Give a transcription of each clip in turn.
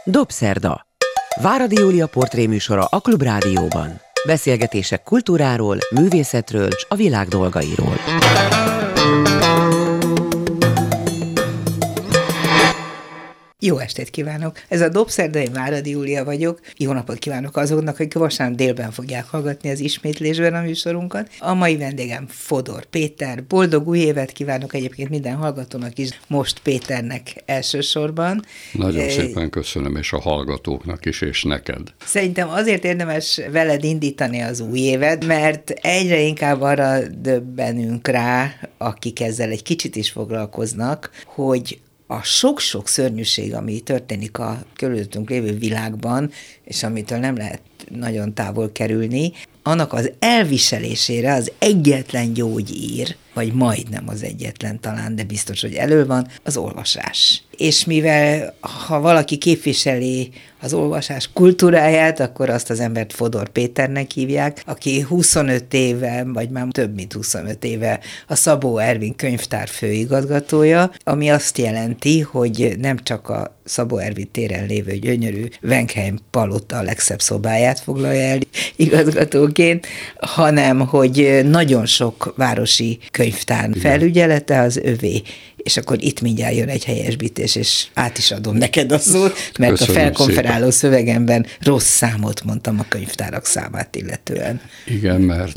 Dobszerda. Váradi Júlia portréműsora a Klubrádióban. Beszélgetések kultúráról, művészetről és a világ dolgairól. Jó estét kívánok! Ez a Dobszerda, én Váradi Júlia vagyok. Jó napot kívánok azoknak, akik vasárnap délben fogják hallgatni az ismétlésben a műsorunkat. A mai vendégem Fodor Péter. Boldog új évet kívánok egyébként minden hallgatónak is, most Péternek elsősorban. Nagyon szépen köszönöm, és a hallgatóknak is, és neked. Szerintem azért érdemes veled indítani az új évet, mert egyre inkább arra döbbenünk rá, akik ezzel egy kicsit is foglalkoznak, hogy a sok-sok szörnyűség, ami történik a körülöttünk lévő világban, és amitől nem lehet nagyon távol kerülni, annak az elviselésére az egyetlen gyógyír, vagy majdnem az egyetlen talán, de biztos, hogy elő van, az olvasás. És mivel ha valaki képviseli az olvasás kultúráját, akkor azt az embert Fodor Péternek hívják, aki 25 éve, vagy már több mint 25 éve a Szabó Ervin könyvtár főigazgatója, ami azt jelenti, hogy nem csak a Szabó Ervin téren lévő gyönyörű Wenkheim palota a legszebb szobáját foglalja el igazgatóként, hanem hogy nagyon sok városi könyvtár felügyelete az övé. És akkor itt mindjárt jön egy helyesbítés, és át is adom neked a szót, mert köszönöm, a felkonferáló szépen. Szövegemben rossz számot mondtam a könyvtárak számát illetően. Igen, mert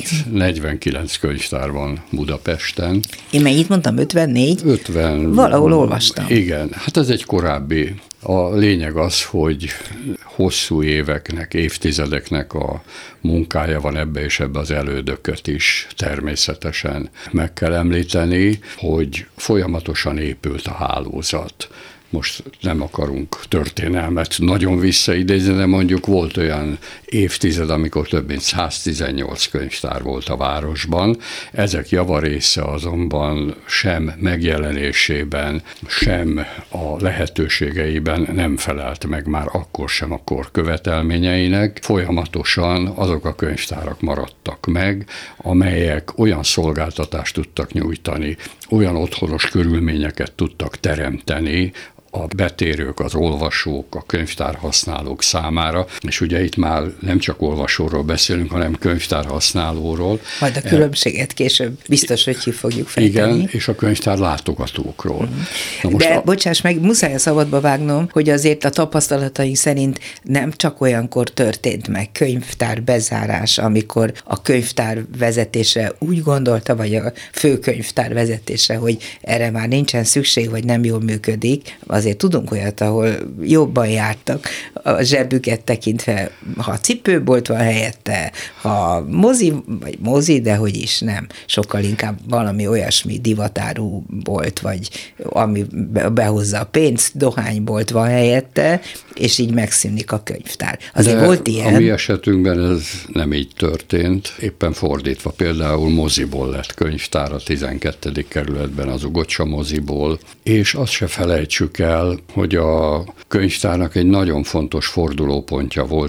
49 könyvtár van Budapesten. Én mennyit mondtam, 54? 50. Valahol olvastam. Igen, hát ez egy korábbi. A lényeg az, hogy hosszú éveknek, évtizedeknek a munkája van ebbe, és ebbe az elődököt is természetesen meg kell említeni, hogy folyamatosan épült a hálózat. Most nem akarunk történelmet nagyon visszaidézni, de mondjuk volt olyan évtized, amikor több mint 118 könyvtár volt a városban. Ezek javarésze azonban sem megjelenésében, sem a lehetőségeiben nem felelt meg már akkor sem a kor követelményeinek. Folyamatosan azok a könyvtárak maradtak meg, amelyek olyan szolgáltatást tudtak nyújtani, olyan otthonos körülményeket tudtak teremteni a betérők, az olvasók, a könyvtárhasználók számára, és ugye itt már nem csak olvasóról beszélünk, hanem könyvtárhasználóról. Majd a különbséget később biztos, hogy ki fogjuk fejteni. Igen, és a könyvtár látogatókról. De bocsáss meg, muszáj a szabadba vágnom, hogy azért a tapasztalataink szerint nem csak olyankor történt meg könyvtár bezárás, amikor a könyvtár vezetése úgy gondolta, vagy a főkönyvtár vezetése, hogy erre már nincsen szükség, vagy nem jól működik. Azért tudunk olyat, ahol jobban jártak a zsebüket tekintve, ha cipőbolt van helyette, ha mozi, de hogy is nem. Sokkal inkább valami olyasmi divatáru bolt, vagy ami behozza a pénzt, dohánybolt van helyette, és így megszűnik a könyvtár. Azért de volt ilyen. A mi esetünkben ez nem így történt, éppen fordítva. Például moziból lett könyvtár a 12. kerületben, az Ugocsa moziból, és azt se felejtsük el, hogy a könyvtárnak egy nagyon fontos fordulópontja volt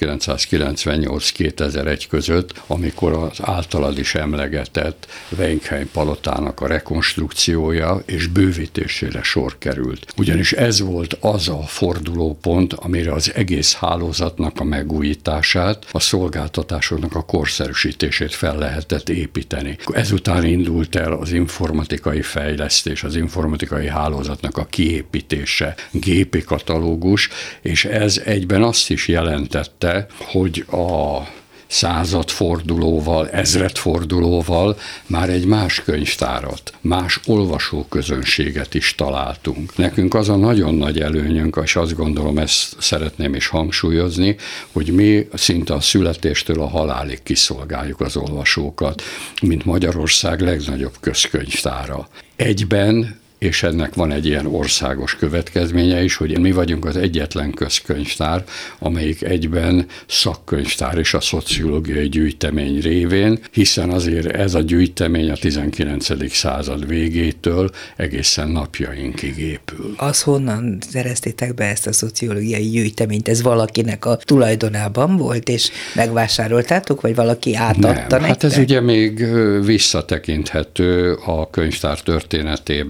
1998-2001 között, amikor az általad is emlegetett Wenkheim palotának a rekonstrukciója és bővítésére sor került. Ugyanis ez volt az a fordulópont, amire az egész hálózatnak a megújítását, a szolgáltatásoknak a korszerűsítését fel lehetett építeni. Ezután indult el az informatikai fejlesztés, az informatikai hálózatnak a kiépítése, gépi katalógus, és ez egyben azt is jelentette, hogy a századfordulóval, ezredfordulóval már egy más könyvtárat, más olvasóközönséget is találtunk. Nekünk az a nagyon nagy előnyünk, és azt gondolom, ezt szeretném is hangsúlyozni, hogy mi szinte a születéstől a halálig kiszolgáljuk az olvasókat, mint Magyarország legnagyobb közkönyvtára. Egyben, és ennek van egy ilyen országos következménye is, hogy mi vagyunk az egyetlen közkönyvtár, amelyik egyben szakkönyvtár és a szociológiai gyűjtemény révén, hiszen azért ez a gyűjtemény a 19. század végétől egészen napjainkig épül. Az honnan szereztétek be ezt a szociológiai gyűjteményt? Ez valakinek a tulajdonában volt, és megvásároltátok, vagy valaki átadta nektek? Hát ez ugye még visszatekinthető a könyvtár történetében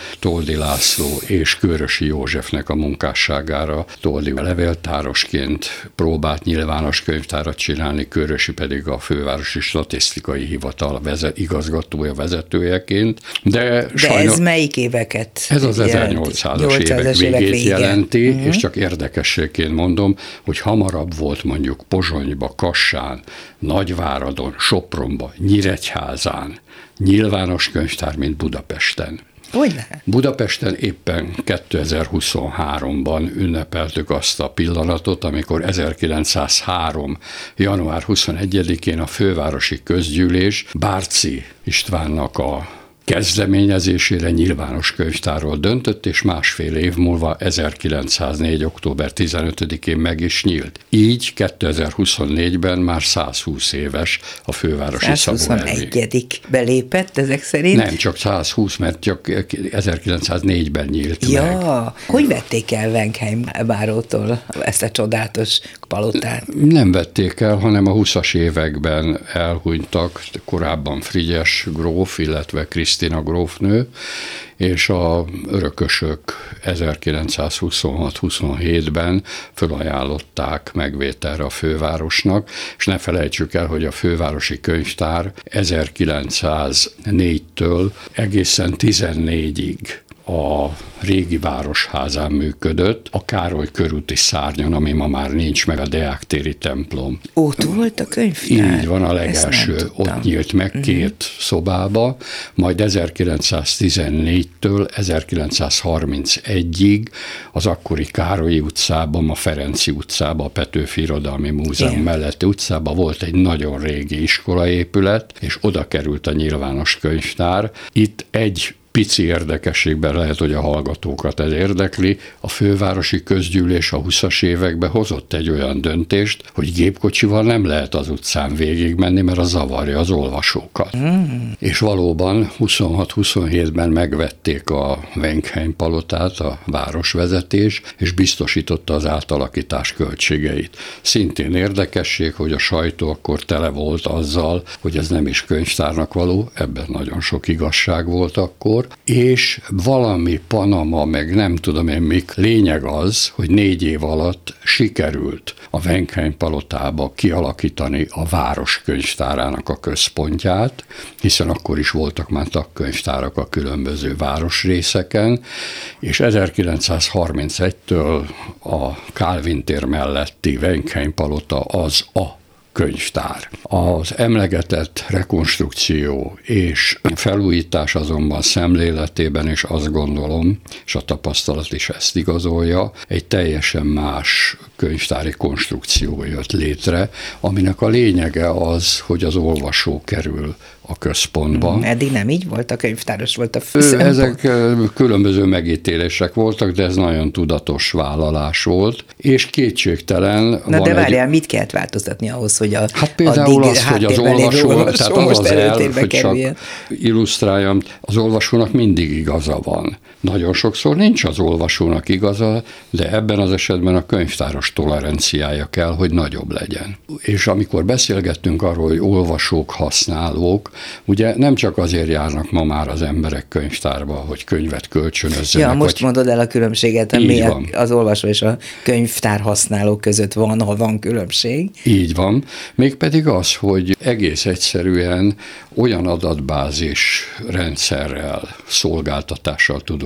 Toldy László és Kőrösi Józsefnek a munkásságára. Toldy levéltárosként próbált nyilvános könyvtárat csinálni, Kőrösi pedig a Fővárosi Statisztikai Hivatal igazgatója, vezetőjeként. De sajnos, ez melyik éveket? Ez az 1800-as évek végét jelenti, és csak érdekességként mondom, hogy hamarabb volt mondjuk Pozsonyba, Kassán, Nagyváradon, Sopronba, Nyíregyházán nyilvános könyvtár, mint Budapesten. Hogyne? Budapesten éppen 2023-ban ünnepeltük azt a pillanatot, amikor 1903. január 21-én a Fővárosi Közgyűlés Bárczy Istvánnak a kezdeményezésére nyilvános könyvtárról döntött, és másfél év múlva 1904. október 15-én meg is nyílt. Így 2024-ben már 120 éves a Fővárosi Szabó Ervin. 121. belépett ezek szerint? Nem, csak 120, mert csak 1904-ben nyílt meg. Hogy vették el Wenkheim bárótól ezt a csodálatos palotát? Nem vették el, hanem a 20-as években elhunytak, korábban Frigyes gróf, illetve Krisztina grófnő, és a örökösök 1926-27-ben fölajánlották megvételre a fővárosnak, és ne felejtsük el, hogy a Fővárosi Könyvtár 1904-től egészen 14-ig a régi városházán működött, a Károly körúti szárnyon, ami ma már nincs meg, a Deák-téri templom. Ott volt a könyvtár? Így van, a legelső. Ott nyílt meg 2 szobába, majd 1914-től 1931-ig az akkori Károlyi utcában, a Ferenci utcában, a Petőfi Irodalmi Múzeum melletti utcában volt egy nagyon régi iskolaépület, és oda került a nyilvános könyvtár. Itt egy pici érdekességben lehet, hogy a hallgatókat ez érdekli. A Fővárosi Közgyűlés a 20-as években hozott egy olyan döntést, hogy gépkocsival nem lehet az utcán végigmenni, mert az zavarja az olvasókat. És valóban 26-27-ben megvették a Wenkheim palotát, a városvezetés, és biztosította az átalakítás költségeit. Szintén érdekesség, hogy a sajtó akkor tele volt azzal, hogy ez nem is könyvtárnak való, ebben nagyon sok igazság volt akkor, és valami Panama, meg nem tudom én mik, lényeg az, hogy 4 év alatt sikerült a Wenkheim palotába kialakítani a város könyvtárának a központját, hiszen akkor is voltak már tagkönyvtárak a különböző városrészeken, és 1931-től a Kálvin tér melletti Wenkheim palota az a könyvtár. Az emlegetett rekonstrukció és felújítás azonban szemléletében, és azt gondolom, és a tapasztalat is ezt igazolja, egy teljesen más könyvtári konstrukció jött létre, aminek a lényege az, hogy az olvasó kerül a központban. Eddig nem így volt, a könyvtáros volt a Ezek különböző megítélések voltak, de ez nagyon tudatos vállalás volt, és kétségtelen... De várjál, mit kellett változtatni ahhoz, hogy Hát például az, hogy az olvasó, tehát az elv, hogy csak illusztráljam, az olvasónak mindig igaza van. Nagyon sokszor nincs az olvasónak igaza, de ebben az esetben a könyvtáros toleranciája kell, hogy nagyobb legyen. És amikor beszélgettünk arról, hogy olvasók, használók, ugye nem csak azért járnak ma már az emberek könyvtárba, hogy könyvet kölcsönözzenek. Ja, most mondod el a különbséget, ami az olvasó és a könyvtár használók között van, ha van különbség. Így van. Mégpedig az, hogy egész egyszerűen olyan adatbázis rendszerrel, szolgáltatással tudunk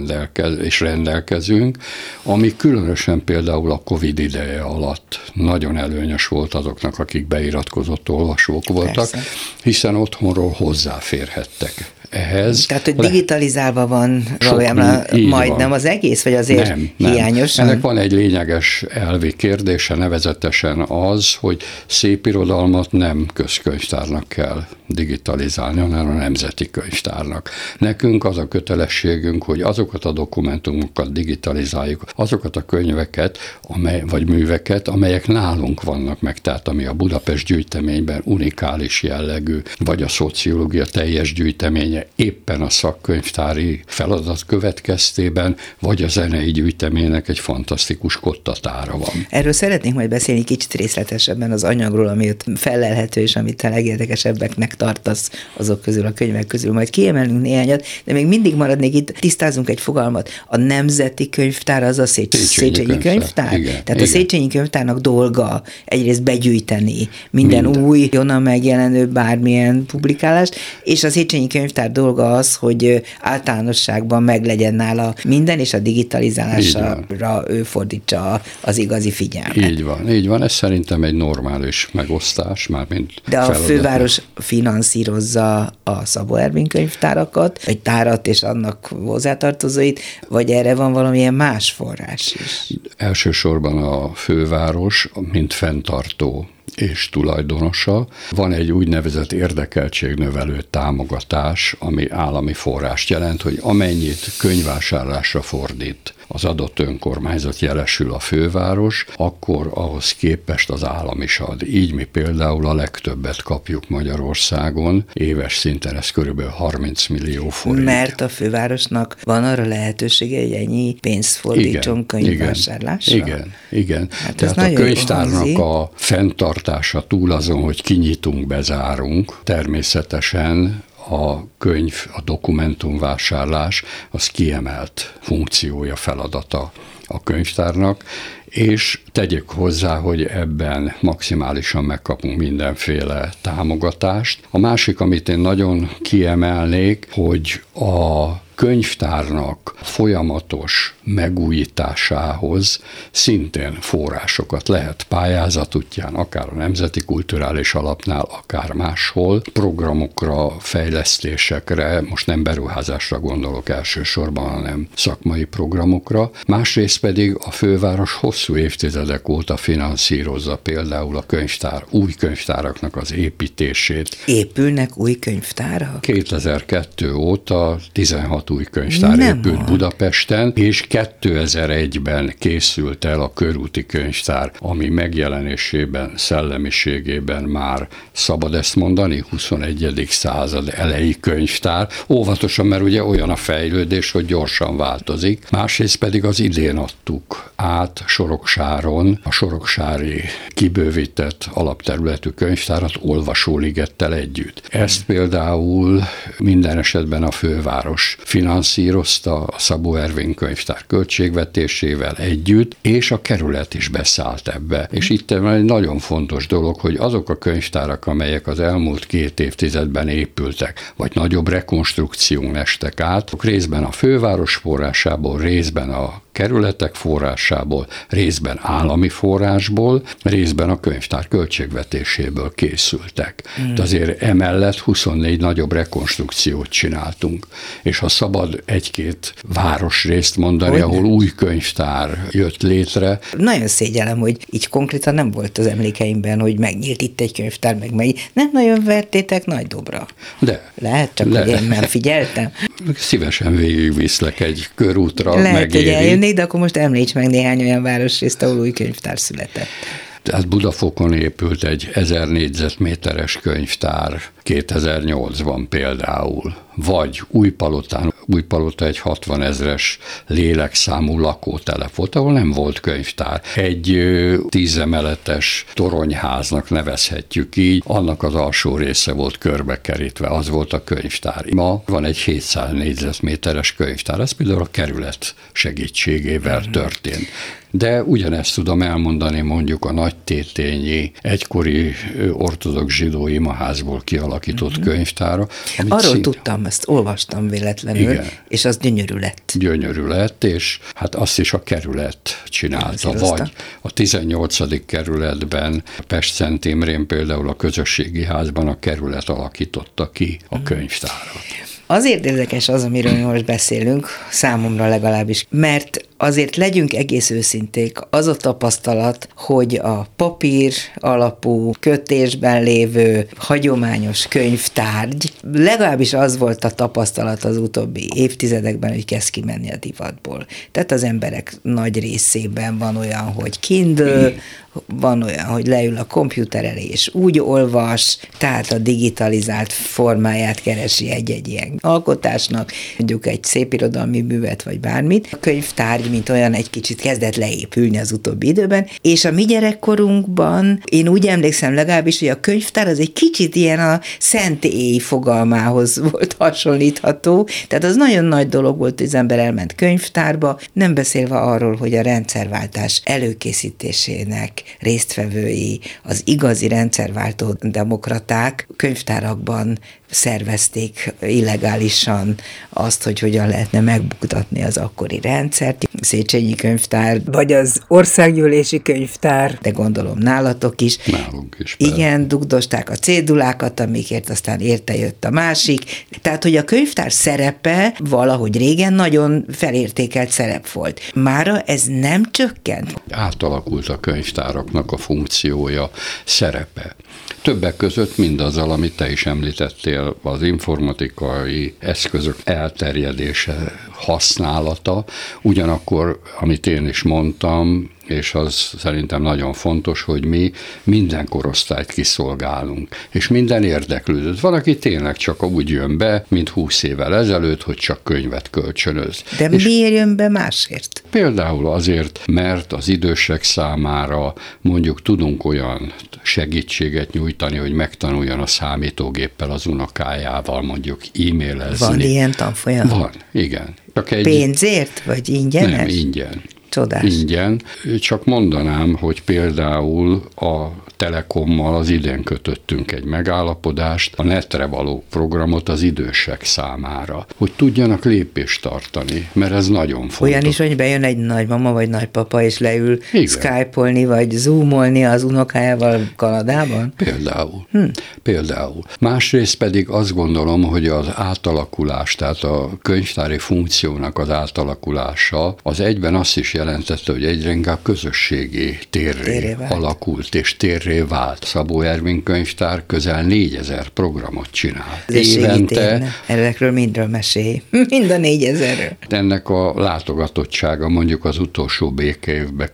rendelkezünk, ami különösen például a Covid ideje alatt nagyon előnyös volt azoknak, akik beiratkozott olvasók voltak, persze, hiszen otthonról hozzáférhettek ehhez. Tehát, hogy digitalizálva van valójában majdnem az egész, vagy azért hiányos? Ennek van egy lényeges elvi kérdése, nevezetesen az, hogy szép irodalmat nem közkönyvtárnak kell digitalizálni, hanem a Nemzeti Könyvtárnak. Nekünk az a kötelességünk, hogy azokat a dokumentumokat digitalizáljuk, azokat a könyveket, vagy műveket, amelyek nálunk vannak meg, tehát ami a Budapest gyűjteményben unikális jellegű, vagy a szociológia teljes gyűjteménye éppen a szakkönyvtári feladat következtében, vagy a zenei gyűjteménynek egy fantasztikus kottatára van. Erről szeretnénk majd beszélni kicsit részletesebben az anyagról, amit fellelhető, és amit a legérdekesebbeknek minek tartasz azok közül, a könyvek közül, majd kiemelünk néhányat, de még mindig maradnék itt, tisztázunk egy fogalmat. A Nemzeti Könyvtár az a Széchenyi Könyvtár? Igen, Tehát igen. A Széchenyi Könyvtárnak dolga egyrészt begyűjteni minden új, onnan megjelenő bármilyen publikálást, és a Széchenyi Könyvtár dolga az, hogy általánosságban meglegyen nála minden, és a digitalizálásra ő fordítsa az igazi figyelmet. Így van, ez szerintem egy normális megosztás, mármint de a főváros finanszírozza a Szabó Ervin könyvtárakat, egy tárat és annak hozzátartozóit, vagy erre van valamilyen más forrás is? Elsősorban a főváros, mint fenntartó és tulajdonosa. Van egy úgynevezett érdekeltségnövelő támogatás, ami állami forrást jelent, hogy amennyit könyvvásárlásra fordít az adott önkormányzat, jelesül a főváros, akkor ahhoz képest az állam is ad. Így mi például a legtöbbet kapjuk Magyarországon, éves szinten ez körülbelül 30 millió forint. Mert a fővárosnak van arra lehetősége, hogy ennyi pénzt fordítson könyvvásárlásra? Igen. Hát tehát a könyvtárnak a fenntartása túl azon, hogy kinyitunk, bezárunk, természetesen a könyv, a dokumentumvásárlás az kiemelt funkciója, feladata a könyvtárnak, és tegyük hozzá, hogy ebben maximálisan megkapunk mindenféle támogatást. A másik, amit én nagyon kiemelnék, hogy a könyvtárnak folyamatos megújításához szintén forrásokat lehet pályázat útján, akár a Nemzeti Kulturális Alapnál, akár máshol, programokra, fejlesztésekre, most nem beruházásra gondolok elsősorban, hanem szakmai programokra. Másrészt pedig a főváros hosszú évtizedek óta finanszírozza például a új könyvtáraknak az építését. Épülnek új könyvtárak? 2002 óta 16 új könyvtár épült Budapesten, és 2001-ben készült el a körúti könyvtár, ami megjelenésében, szellemiségében már szabad ezt mondani, 21. század elejé könyvtár. Óvatosan, mert ugye olyan a fejlődés, hogy gyorsan változik. Másrészt pedig az idén adtuk át Soroksáron a soroksári kibővített alapterületű könyvtárat Olvasóligettel együtt. Ezt például minden esetben a főváros finanszírozta a Szabó Ervin könyvtár költségvetésével együtt, és a kerület is beszállt ebbe. És itt van egy nagyon fontos dolog, hogy azok a könyvtárak, amelyek az elmúlt 2 évtizedben épültek, vagy nagyobb rekonstrukción estek át, részben a főváros forrásából, részben a kerületek forrásából, részben állami forrásból, részben a könyvtár költségvetéséből készültek. De azért emellett 24 nagyobb rekonstrukciót csináltunk. És ha szabad egy-két városrészt mondani, ahol új könyvtár jött létre. Nagyon szégyellem, hogy így konkrétan nem volt az emlékeimben, hogy megnyílt itt egy könyvtár, meg nem nagyon vertétek nagy dobra. De. Lehet, csak hogy én nem figyeltem. Szívesen végigviszlek egy körútra, lehet, megéri. Hogy eljönnék, de akkor most említs meg néhány olyan városrészt, ahol új könyvtár született. Tehát Budafokon épült egy 1000 négyzetméteres könyvtár 2008-ban például, vagy Újpalota egy 60 000-es lélekszámú lakótelep volt, ahol nem volt könyvtár. Egy 10 emeletes toronyháznak nevezhetjük így, annak az alsó része volt körbekerítve, az volt a könyvtár. Ma van egy 700 négyzetméteres könyvtár, ez például a kerület segítségével történt. De ugyanezt tudom elmondani mondjuk a nagytétényi egykori ortodox zsidó imaházból kialakított könyvtára. Arról tudtam, ezt olvastam véletlenül, igen. És az gyönyörű lett. Gyönyörű lett, és hát azt is a kerület csinálta. Vagy a 18. kerületben, Pest Szent Imrén például a közösségi házban a kerület alakította ki a könyvtárat. Azért érdekes az, amiről mi most beszélünk, számomra legalábbis, mert azért legyünk egész őszinték, az a tapasztalat, hogy a papír alapú kötésben lévő hagyományos könyvtárgy, legalábbis az volt a tapasztalat az utóbbi évtizedekben, hogy kezd kimenni a divatból. Tehát az emberek nagy részében van olyan, hogy Kindle, van olyan, hogy leül a komputer elé, és úgy olvas, tehát a digitalizált formáját keresi egy-egy ilyen alkotásnak, mondjuk egy szépirodalmi művet, vagy bármit. A könyvtárgy úgy, mint olyan egy kicsit kezdett leépülni az utóbbi időben, és a mi gyerekkorunkban én úgy emlékszem legalábbis, hogy a könyvtár az egy kicsit ilyen a szentély fogalmához volt hasonlítható, tehát az nagyon nagy dolog volt, hogy az ember elment könyvtárba, nem beszélve arról, hogy a rendszerváltás előkészítésének résztvevői, az igazi rendszerváltó demokraták könyvtárakban szervezték illegálisan azt, hogy hogyan lehetne megbuktatni az akkori rendszert. Széchenyi könyvtár, vagy az országgyűlési könyvtár, de gondolom nálatok is. Nálunk is. Igen, dugdosták a cédulákat, amikért aztán érte jött a másik. Tehát, hogy a könyvtár szerepe valahogy régen nagyon felértékelt szerep volt. Mára ez nem csökkent. Átalakult a könyvtáraknak a funkciója, szerepe. Többek között mindazzal, amit te is említettél, az informatikai eszközök elterjedése, használata, ugyanakkor, amit én is mondtam, és az szerintem nagyon fontos, hogy mi minden korosztályt kiszolgálunk, és minden érdeklődött. Van, aki tényleg csak úgy jön be, mint 20 évvel ezelőtt, hogy csak könyvet kölcsönöz. De és miért jön be másért? Például azért, mert az idősek számára mondjuk tudunk olyan segítséget nyújtani, hogy megtanuljon a számítógéppel az unokájával, mondjuk e-mailezni. Van ilyen tanfolyam? Van, igen. Pénzért, vagy ingyenes? Nem, ingyen. Csodás. Ingyen. Csak mondanám, hogy például a Telekommal az idén kötöttünk egy megállapodást, a netre való programot az idősek számára, hogy tudjanak lépést tartani, mert ez nagyon fontos. Olyan is, hogy bejön egy nagymama vagy nagypapa, és leül igen. Skype-olni, vagy zoomolni az unokájával Kanadában? Például. Másrészt pedig azt gondolom, hogy az átalakulás, tehát a könyvtári funkciónak az átalakulása, az egyben azt is jelentette, hogy egyre inkább közösségi térré alakult, és térré vált. Szabó Ervin könyvtár közel 4000 programot csinál. Évente. Ezekről mindről mesélj. Mind a 4000-ről. Ennek a látogatottsága mondjuk az utolsó békeévben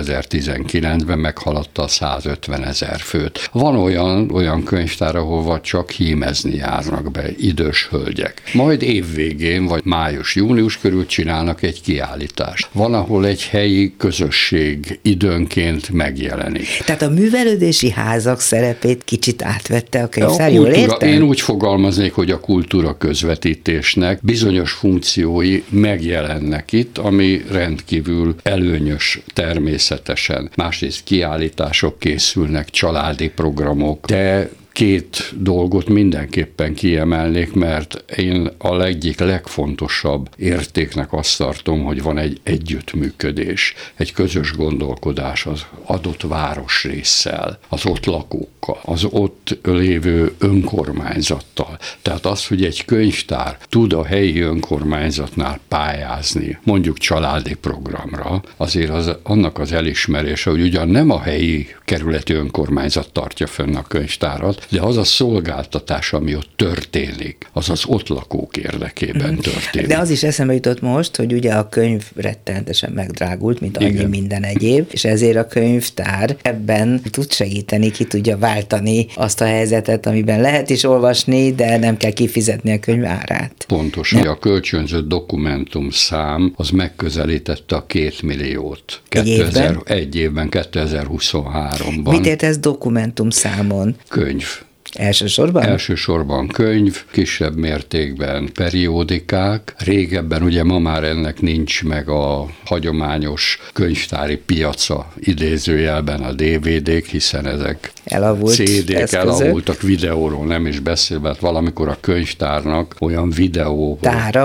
2019-ben meghaladta a 150 000 főt. Van olyan könyvtár, ahol csak hímezni járnak be idős hölgyek. Majd évvégén, vagy május-június körül csinálnak egy kiállítást. Van, ahol egy helyi közösség időnként megjelenik. Tehát a művelődési házak szerepét kicsit átvette a könyvtár, jól értem? Én úgy fogalmaznék, hogy a kultúra közvetítésnek bizonyos funkciói megjelennek itt, ami rendkívül előnyös természetesen. Másrészt kiállítások készülnek, családi programok, de két dolgot mindenképpen kiemelnék, mert én a egyik legfontosabb értéknek azt tartom, hogy van egy együttműködés, egy közös gondolkodás az adott városrésszel, az ott lakókkal, az ott lévő önkormányzattal. Tehát az, hogy egy könyvtár tud a helyi önkormányzatnál pályázni, mondjuk családi programra, azért annak az elismerése, hogy ugyan nem a helyi kerületi önkormányzat tartja fönn a könyvtárat, de az a szolgáltatás, ami ott történik, az az ott lakók érdekében történik. De az is eszembe jutott most, hogy ugye a könyv rettenetesen megdrágult, mint annyi minden egyéb, és ezért a könyvtár ebben tud segíteni, ki tudja váltani azt a helyzetet, amiben lehet is olvasni, de nem kell kifizetni a könyv árát. Pontos, hogy a kölcsönzött dokumentum szám az megközelítette a 2 milliót. Egy évben, 2023-ban. Mit értesz dokumentum számon? Könyv. Elsősorban? Elsősorban könyv, kisebb mértékben periódikák. Régebben ugye ma már ennek nincs meg a hagyományos könyvtári piaca, idézőjelben a DVD-k, hiszen ezek CD-k elavultak, videóról nem is beszélve, hát valamikor a könyvtárnak olyan videó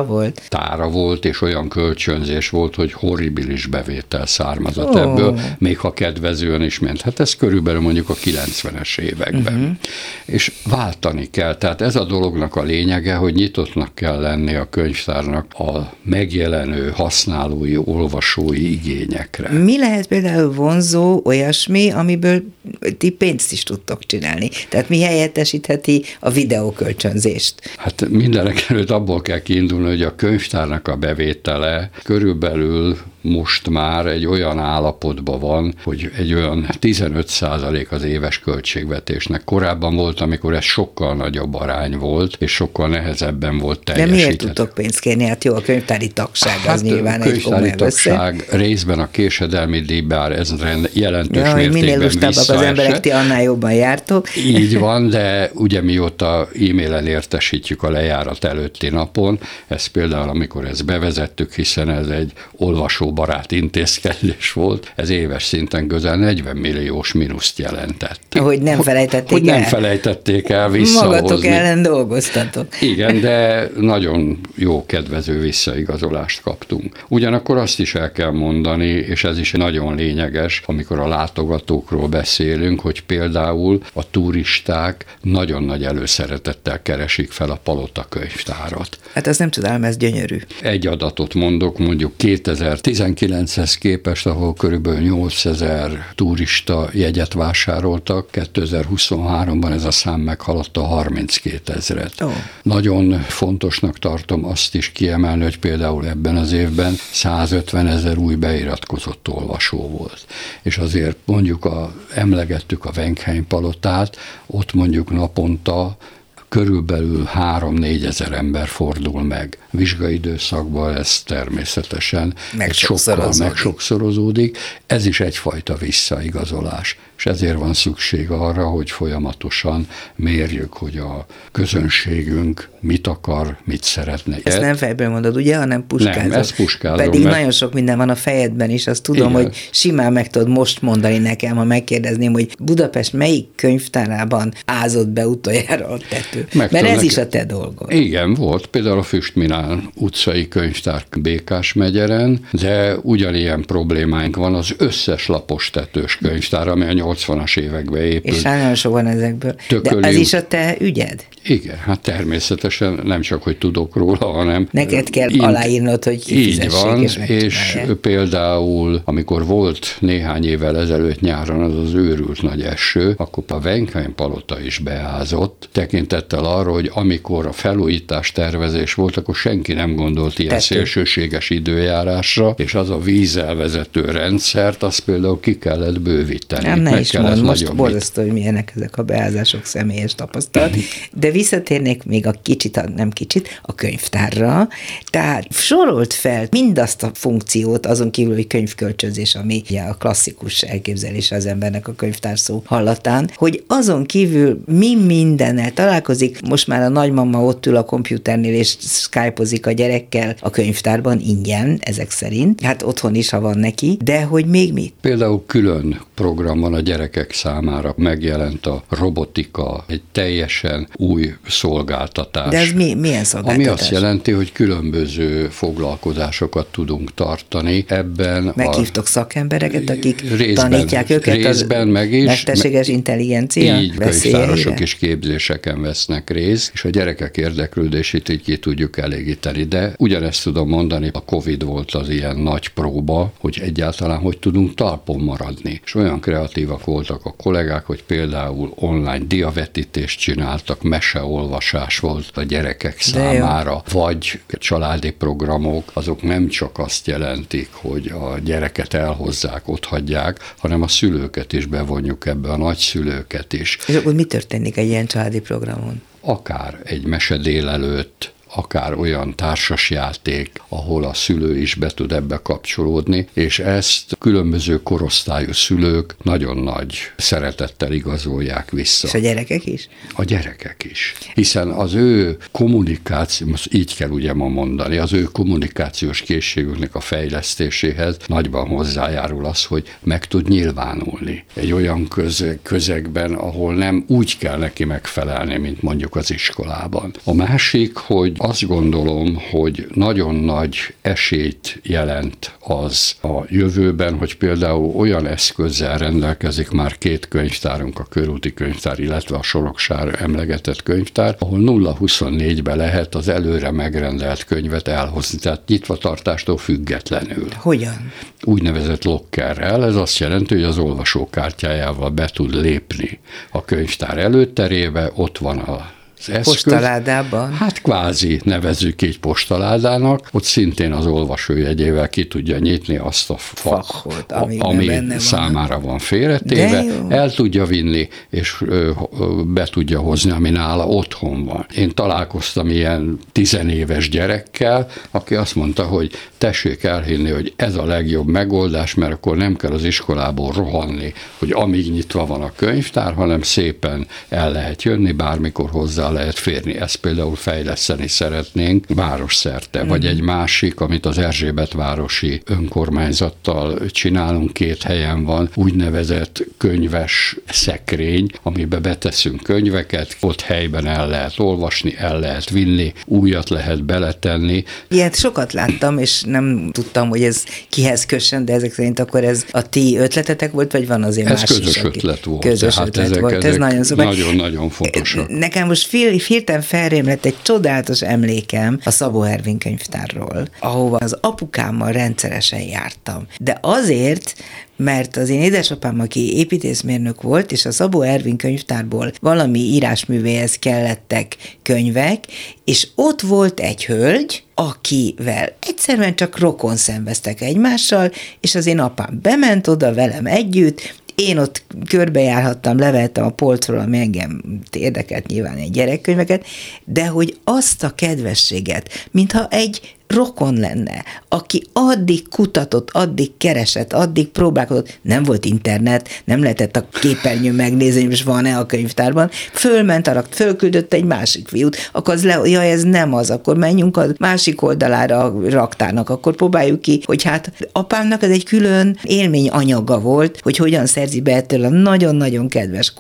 tára volt, és olyan kölcsönzés volt, hogy horribilis bevétel származott ebből, még ha kedvezően is ment. Hát ez körülbelül mondjuk a 90-es években. És váltani kell. Tehát ez a dolognak a lényege, hogy nyitottnak kell lenni a könyvtárnak a megjelenő használói, olvasói igényekre. Mi lehet például vonzó olyasmi, amiből ti pénzt is tudtok csinálni? Tehát mi helyettesítheti a videókölcsönzést? Hát mindenek előtt abból kell kiindulni, hogy a könyvtárnak a bevétele körülbelül most már egy olyan állapotban van, hogy egy olyan 15% az éves költségvetésnek. Korábban volt, amikor ez sokkal nagyobb arány volt, és sokkal nehezebben volt teljesíteni. De miért tudtok pénzt kérni? Hát jó, a könyvtári tagság az nyilván egy komoly tagság részben a késedelmi díj, bár ez jelentős mértékben minél lustabbak az emberek, ti annál jobban jártok. Így van, de ugye mióta e-mailen értesítjük a lejárat előtti napon, ez például amikor ezt bevezettük, hiszen ez egy olvasóbarát intézkedés volt, ez éves szinten közel 40 milliós mínuszt jelentett. Hogy nem felejtették hogy nem felejtették el visszahozni. Magatok ellen dolgoztatok. Igen, de nagyon jó, kedvező visszaigazolást kaptunk. Ugyanakkor azt is el kell mondani, és ez is nagyon lényeges, amikor a látogatókról beszélünk, hogy például a turisták nagyon nagy előszeretettel keresik fel a Palota könyvtárat. Hát azt nem tudom, ez gyönyörű. Egy adatot mondjuk 2019-hez képest, ahol körülbelül 8000 turista jegyet vásároltak, 2023-ban ez a szám meghaladta 32 000-et. Oh. Nagyon fontosnak tartom azt is kiemelni, hogy például ebben az évben 150 000 új beiratkozott olvasó volt. És azért mondjuk emlegettük a Wenkheim palotát, ott mondjuk naponta körülbelül 3-4 ezer ember fordul meg. Vizsgai időszakban ez természetesen sokkal megsokszorozódik. Ez is egyfajta visszaigazolás, és ezért van szükség arra, hogy folyamatosan mérjük, hogy a közönségünk mit akar, mit szeretne. Ezt nem fejből mondod, ugye, hanem puskázod. Nem, ezt puskázom. Pedig nagyon sok minden van a fejedben is, azt tudom, igen, hogy simán meg tudod most mondani nekem, ha megkérdezném, hogy Budapest melyik könyvtárában ázott be utoljára a tető. Mert ez is a te dolgod. Igen, volt például a Füstminál utcai könyvtár Békás megyeren, de ugyanilyen problémáink van az összes lapos tetős könyvtár, ami a 80-as években épült. És nagyon sok van ezekből. De ez is a te ügyed? Igen, hát természetesen nem csak, hogy tudok róla, hanem... Neked kell aláírnod, hogy kifizessék. Így van, és például, amikor volt néhány évvel ezelőtt nyáron az őrült nagy eső, akkor a Wenkheim palota is beázott, tekintettel arra, hogy amikor a felújítás tervezés volt, akkor senki nem gondolt ilyen szélsőséges időjárásra, és az a vízelvezető rendszert, azt például ki kellett bővíteni. Nem, ne is mond, most borzasztó, hogy milyenek ezek a beázások, személyes tapasztalat. De visszatérnék még a könyvtárra. Tehát sorolt fel mindazt a funkciót, azon kívül, hogy könyvkölcsönzés, ami a klasszikus elképzelése az embernek a könyvtár szó hallatán, hogy azon kívül mi mindennel találkozik. Most már a nagymama ott ül a kompjúternél, és skypozik a gyerekkel a könyvtárban ingyen, ezek szerint. Hát otthon is, ha van neki, de hogy még mit? Például külön program van a gyerekek számára, megjelent a robotika, egy teljesen új szolgáltatás. De ez milyen szolgáltatás? Ami azt jelenti, hogy különböző foglalkozásokat tudunk tartani. Ebben meghívtok szakembereket, akik tanítják őket részben meg is, mesterséges intelligencia így könyvtárosok is képzéseken vesznek részt, és a gyerekek érdeklődését így ki tudjuk elégíteni. De ugyanezt tudom mondani, a Covid volt az ilyen nagy próba, hogy egyáltalán hogy tudunk talpon maradni. És olyan kreatívak voltak a kollégák, hogy például online diavetítést csináltak, meseolvasás volt a gyerekek számára, vagy családi programok, azok nem csak azt jelentik, hogy a gyereket elhozzák, otthagyják, hanem a szülőket is bevonjuk ebbe, a nagyszülőket is. És akkor mi történik egy ilyen családi programon? Akár egy mese délelőtt, akár olyan társasjáték, ahol a szülő is be tud ebbe kapcsolódni, és ezt különböző korosztályú szülők nagyon nagy szeretettel igazolják vissza. És a gyerekek is? A gyerekek is. Hiszen az ő kommunikáció, most így kell ugye ma mondani, az ő kommunikációs készségüknek a fejlesztéséhez nagyban hozzájárul az, hogy meg tud nyilvánulni egy olyan közegben, ahol nem úgy kell neki megfelelni, mint mondjuk az iskolában. A másik, hogy azt gondolom, hogy nagyon nagy esélyt jelent az a jövőben, hogy például olyan eszközzel rendelkezik már két könyvtárunk, a Körúti Könyvtár, illetve a Soroksár emlegetett könyvtár, ahol 0-24-ben lehet az előre megrendelt könyvet elhozni, tehát nyitvatartástól függetlenül. Hogyan? Úgynevezett lokkerrel, ez azt jelenti, hogy az olvasókártyájával be tud lépni a könyvtár előterébe, ott van a eszköz. Postaládában? Hát kvázi nevezzük így postaládának, ott szintén az olvasójegyével ki tudja nyitni azt a fakot, ami számára van félretéve, el tudja vinni, és be tudja hozni, ami nála otthon van. Én találkoztam ilyen 10 éves gyerekkel, aki azt mondta, hogy tessék elhinni, hogy ez a legjobb megoldás, mert akkor nem kell az iskolából rohanni, hogy amíg nyitva van a könyvtár, hanem szépen el lehet jönni, bármikor hozzá lehet férni. Ezt például fejleszteni szeretnénk városszerte. Vagy egy másik, amit az Erzsébetvárosi önkormányzattal csinálunk, 2 helyen van, úgynevezett könyves szekrény, amiben beteszünk könyveket, ott helyben el lehet olvasni, el lehet vinni, újat lehet beletenni. Ilyet sokat láttam, és nem tudtam, hogy ez kihez kössön, de ezek szerint akkor ez a ti ötletetek volt, vagy van azért ez más is? Ez közös ötlet volt. Közös ötlet volt. Ez nagyon szuper. Nagyon fontosak. Nekem most hirtelen felrémlett egy csodálatos emlékem a Szabó Ervin könyvtárról, ahova az apukámmal rendszeresen jártam. De azért, mert az én édesapám, aki építészmérnök volt, és a Szabó Ervin könyvtárból valami írásművéhez kellettek könyvek, és ott volt egy hölgy, akivel egyszerűen csak rokon szenveztek egymással, és az én apám bement oda velem együtt, én ott körbejárhattam, levettem a polcról, ami engem érdekelt nyilván egy gyerekkönyveket, de hogy azt a kedvességet, mintha egy rokon lenne, aki addig kutatott, addig keresett, addig próbálkozott, nem volt internet, nem lehetett a képernyőn megnézni, hogy most van-e a könyvtárban, fölment, fölküldött egy másik fiút, akkor az ez nem az, akkor menjünk a másik oldalára a raktárnak, akkor próbáljuk ki, hogy hát apámnak ez egy külön élményanyaga volt, hogy hogyan szerzi be ettől a nagyon-nagyon kedves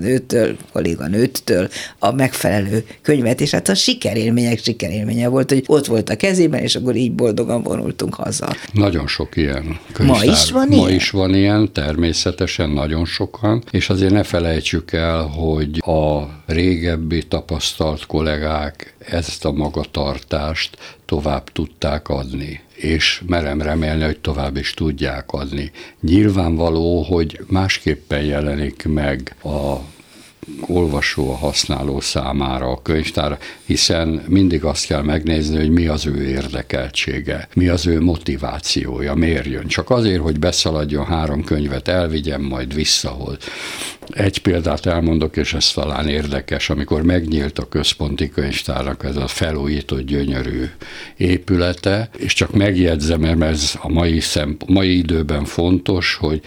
kolléganőttől a megfelelő könyvet, és hát a sikerélménye volt, hogy ott volt a kezében, és akkor így boldogan vonultunk haza. Nagyon sok ilyen könyvtár. Ma is van ilyen, természetesen nagyon sokan, és azért ne felejtsük el, hogy a régebbi tapasztalt kollégák ezt a magatartást tovább tudták adni, és merem remélni, hogy tovább is tudják adni. Nyilvánvaló, hogy másképpen jelenik meg a olvasó, a használó számára a könyvtár, hiszen mindig azt kell megnézni, hogy mi az ő érdekeltsége, mi az ő motivációja, miért jön. Csak azért, hogy beszaladjon 3 könyvet, elvigyem, majd visszahoz. Egy példát elmondok, és ez talán érdekes, amikor megnyílt a központi könyvtárnak ez a felújított gyönyörű épülete, és csak megjegyzem, mert ez a mai időben fontos, hogy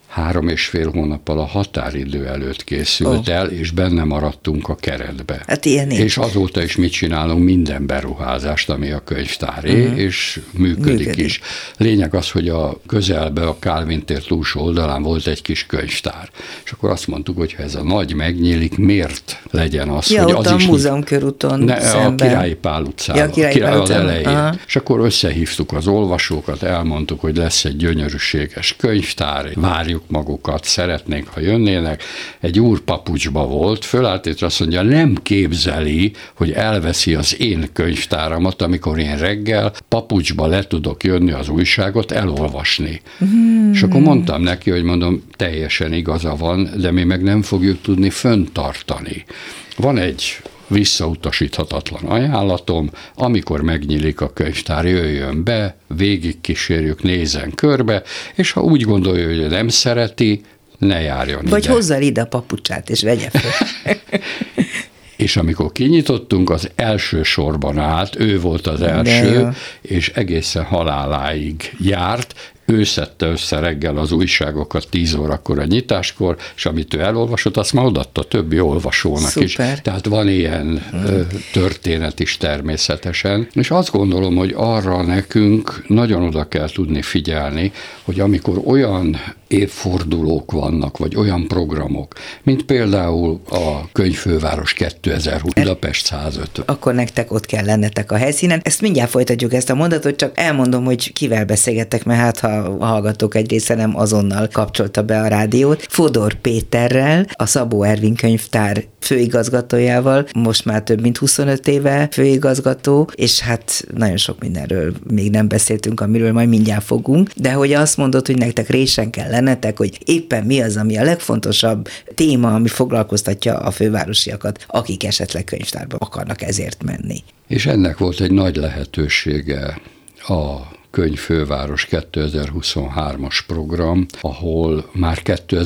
3,5 hónappal a határidő előtt készült el, és benne maradtunk a keretbe. Hát ilyen és azóta is mit csinálunk? Minden beruházást, ami a könyvtáré, és működik is. Lényeg az, hogy a közelbe, a Kálvin tér túlsó oldalán volt egy kis könyvtár. És akkor azt mondtuk, hogy ha ez a nagy megnyílik, miért legyen az, hogy ott az a is... Múzeumkörúton a Királyi Pál utcában. Az elején. Aha. És akkor összehívtuk az olvasókat, elmondtuk, hogy lesz egy gyönyörűséges könyvtár, várjuk magukat, szeretnénk, ha jönnének. Egy úr papucsba volt, fölállt, és azt mondja, nem képzeli, hogy elveszi az én könyvtáramat, amikor én reggel papucsba le tudok jönni az újságot elolvasni. És akkor mondtam neki, hogy mondom, teljesen igaza van, de mi meg nem fogjuk tudni fenntartani. Van egy visszautasíthatatlan ajánlatom, amikor megnyílik a könyvtár, jöjjön be, végigkísérjük, nézzen körbe, és ha úgy gondolja, hogy nem szereti, ne járjon vagy ide. hozzá ide a papucsát, és vegye fel. És amikor kinyitottunk, az első sorban állt, ő volt az első, és egészen haláláig járt. Ő szedte össze reggel az újságokat 10 órakor a nyitáskor, és amit ő elolvasott, azt már odaadta a többi olvasónak Szuper. is. Tehát van ilyen történet is természetesen. És azt gondolom, hogy arra nekünk nagyon oda kell tudni figyelni, hogy amikor olyan évfordulók vannak, vagy olyan programok, mint például a Könyvfőváros 2020, Budapest 150. Akkor nektek ott kell lennetek a helyszínen. Ezt mindjárt folytatjuk, ezt a mondatot, csak elmondom, hogy kivel beszélgettek, mert hát ha a hallgatók egy része nem azonnal kapcsolta be a rádiót. Fodor Péterrel, a Szabó Ervin könyvtár főigazgatójával, most már több mint 25 éve főigazgató, és hát nagyon sok mindenről még nem beszéltünk, amiről majd mindjárt fogunk, de hogy azt mondod, hogy nektek résen kell lennetek, hogy éppen mi az, ami a legfontosabb téma, ami foglalkoztatja a fővárosiakat, akik esetleg könyvtárba akarnak ezért menni. És ennek volt egy nagy lehetősége a Könyvfőváros 2023-as program, ahol már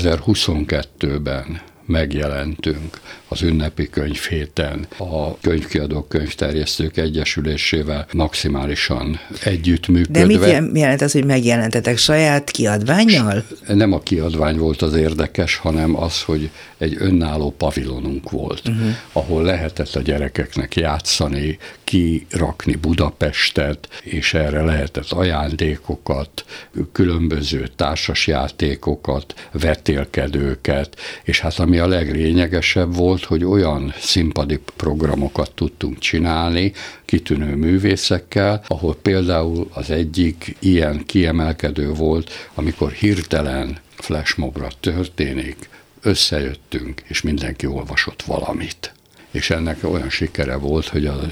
2022-ben megjelentünk az ünnepi könyvhéten a Könyvkiadók Könyvterjesztők Egyesülésével maximálisan együttműködve. De mit jelent az, hogy megjelentetek saját kiadvánnyal? Nem a kiadvány volt az érdekes, hanem az, hogy egy önálló pavilonunk volt, ahol lehetett a gyerekeknek játszani, kirakni Budapestet, és erre lehetett ajándékokat, különböző társasjátékokat, vetélkedőket, és hát ami a leglényegesebb volt, hogy olyan színpadi programokat tudtunk csinálni, kitűnő művészekkel, ahol például az egyik ilyen kiemelkedő volt, amikor hirtelen flashmobra történik, összejöttünk, és mindenki olvasott valamit. És ennek olyan sikere volt, hogy a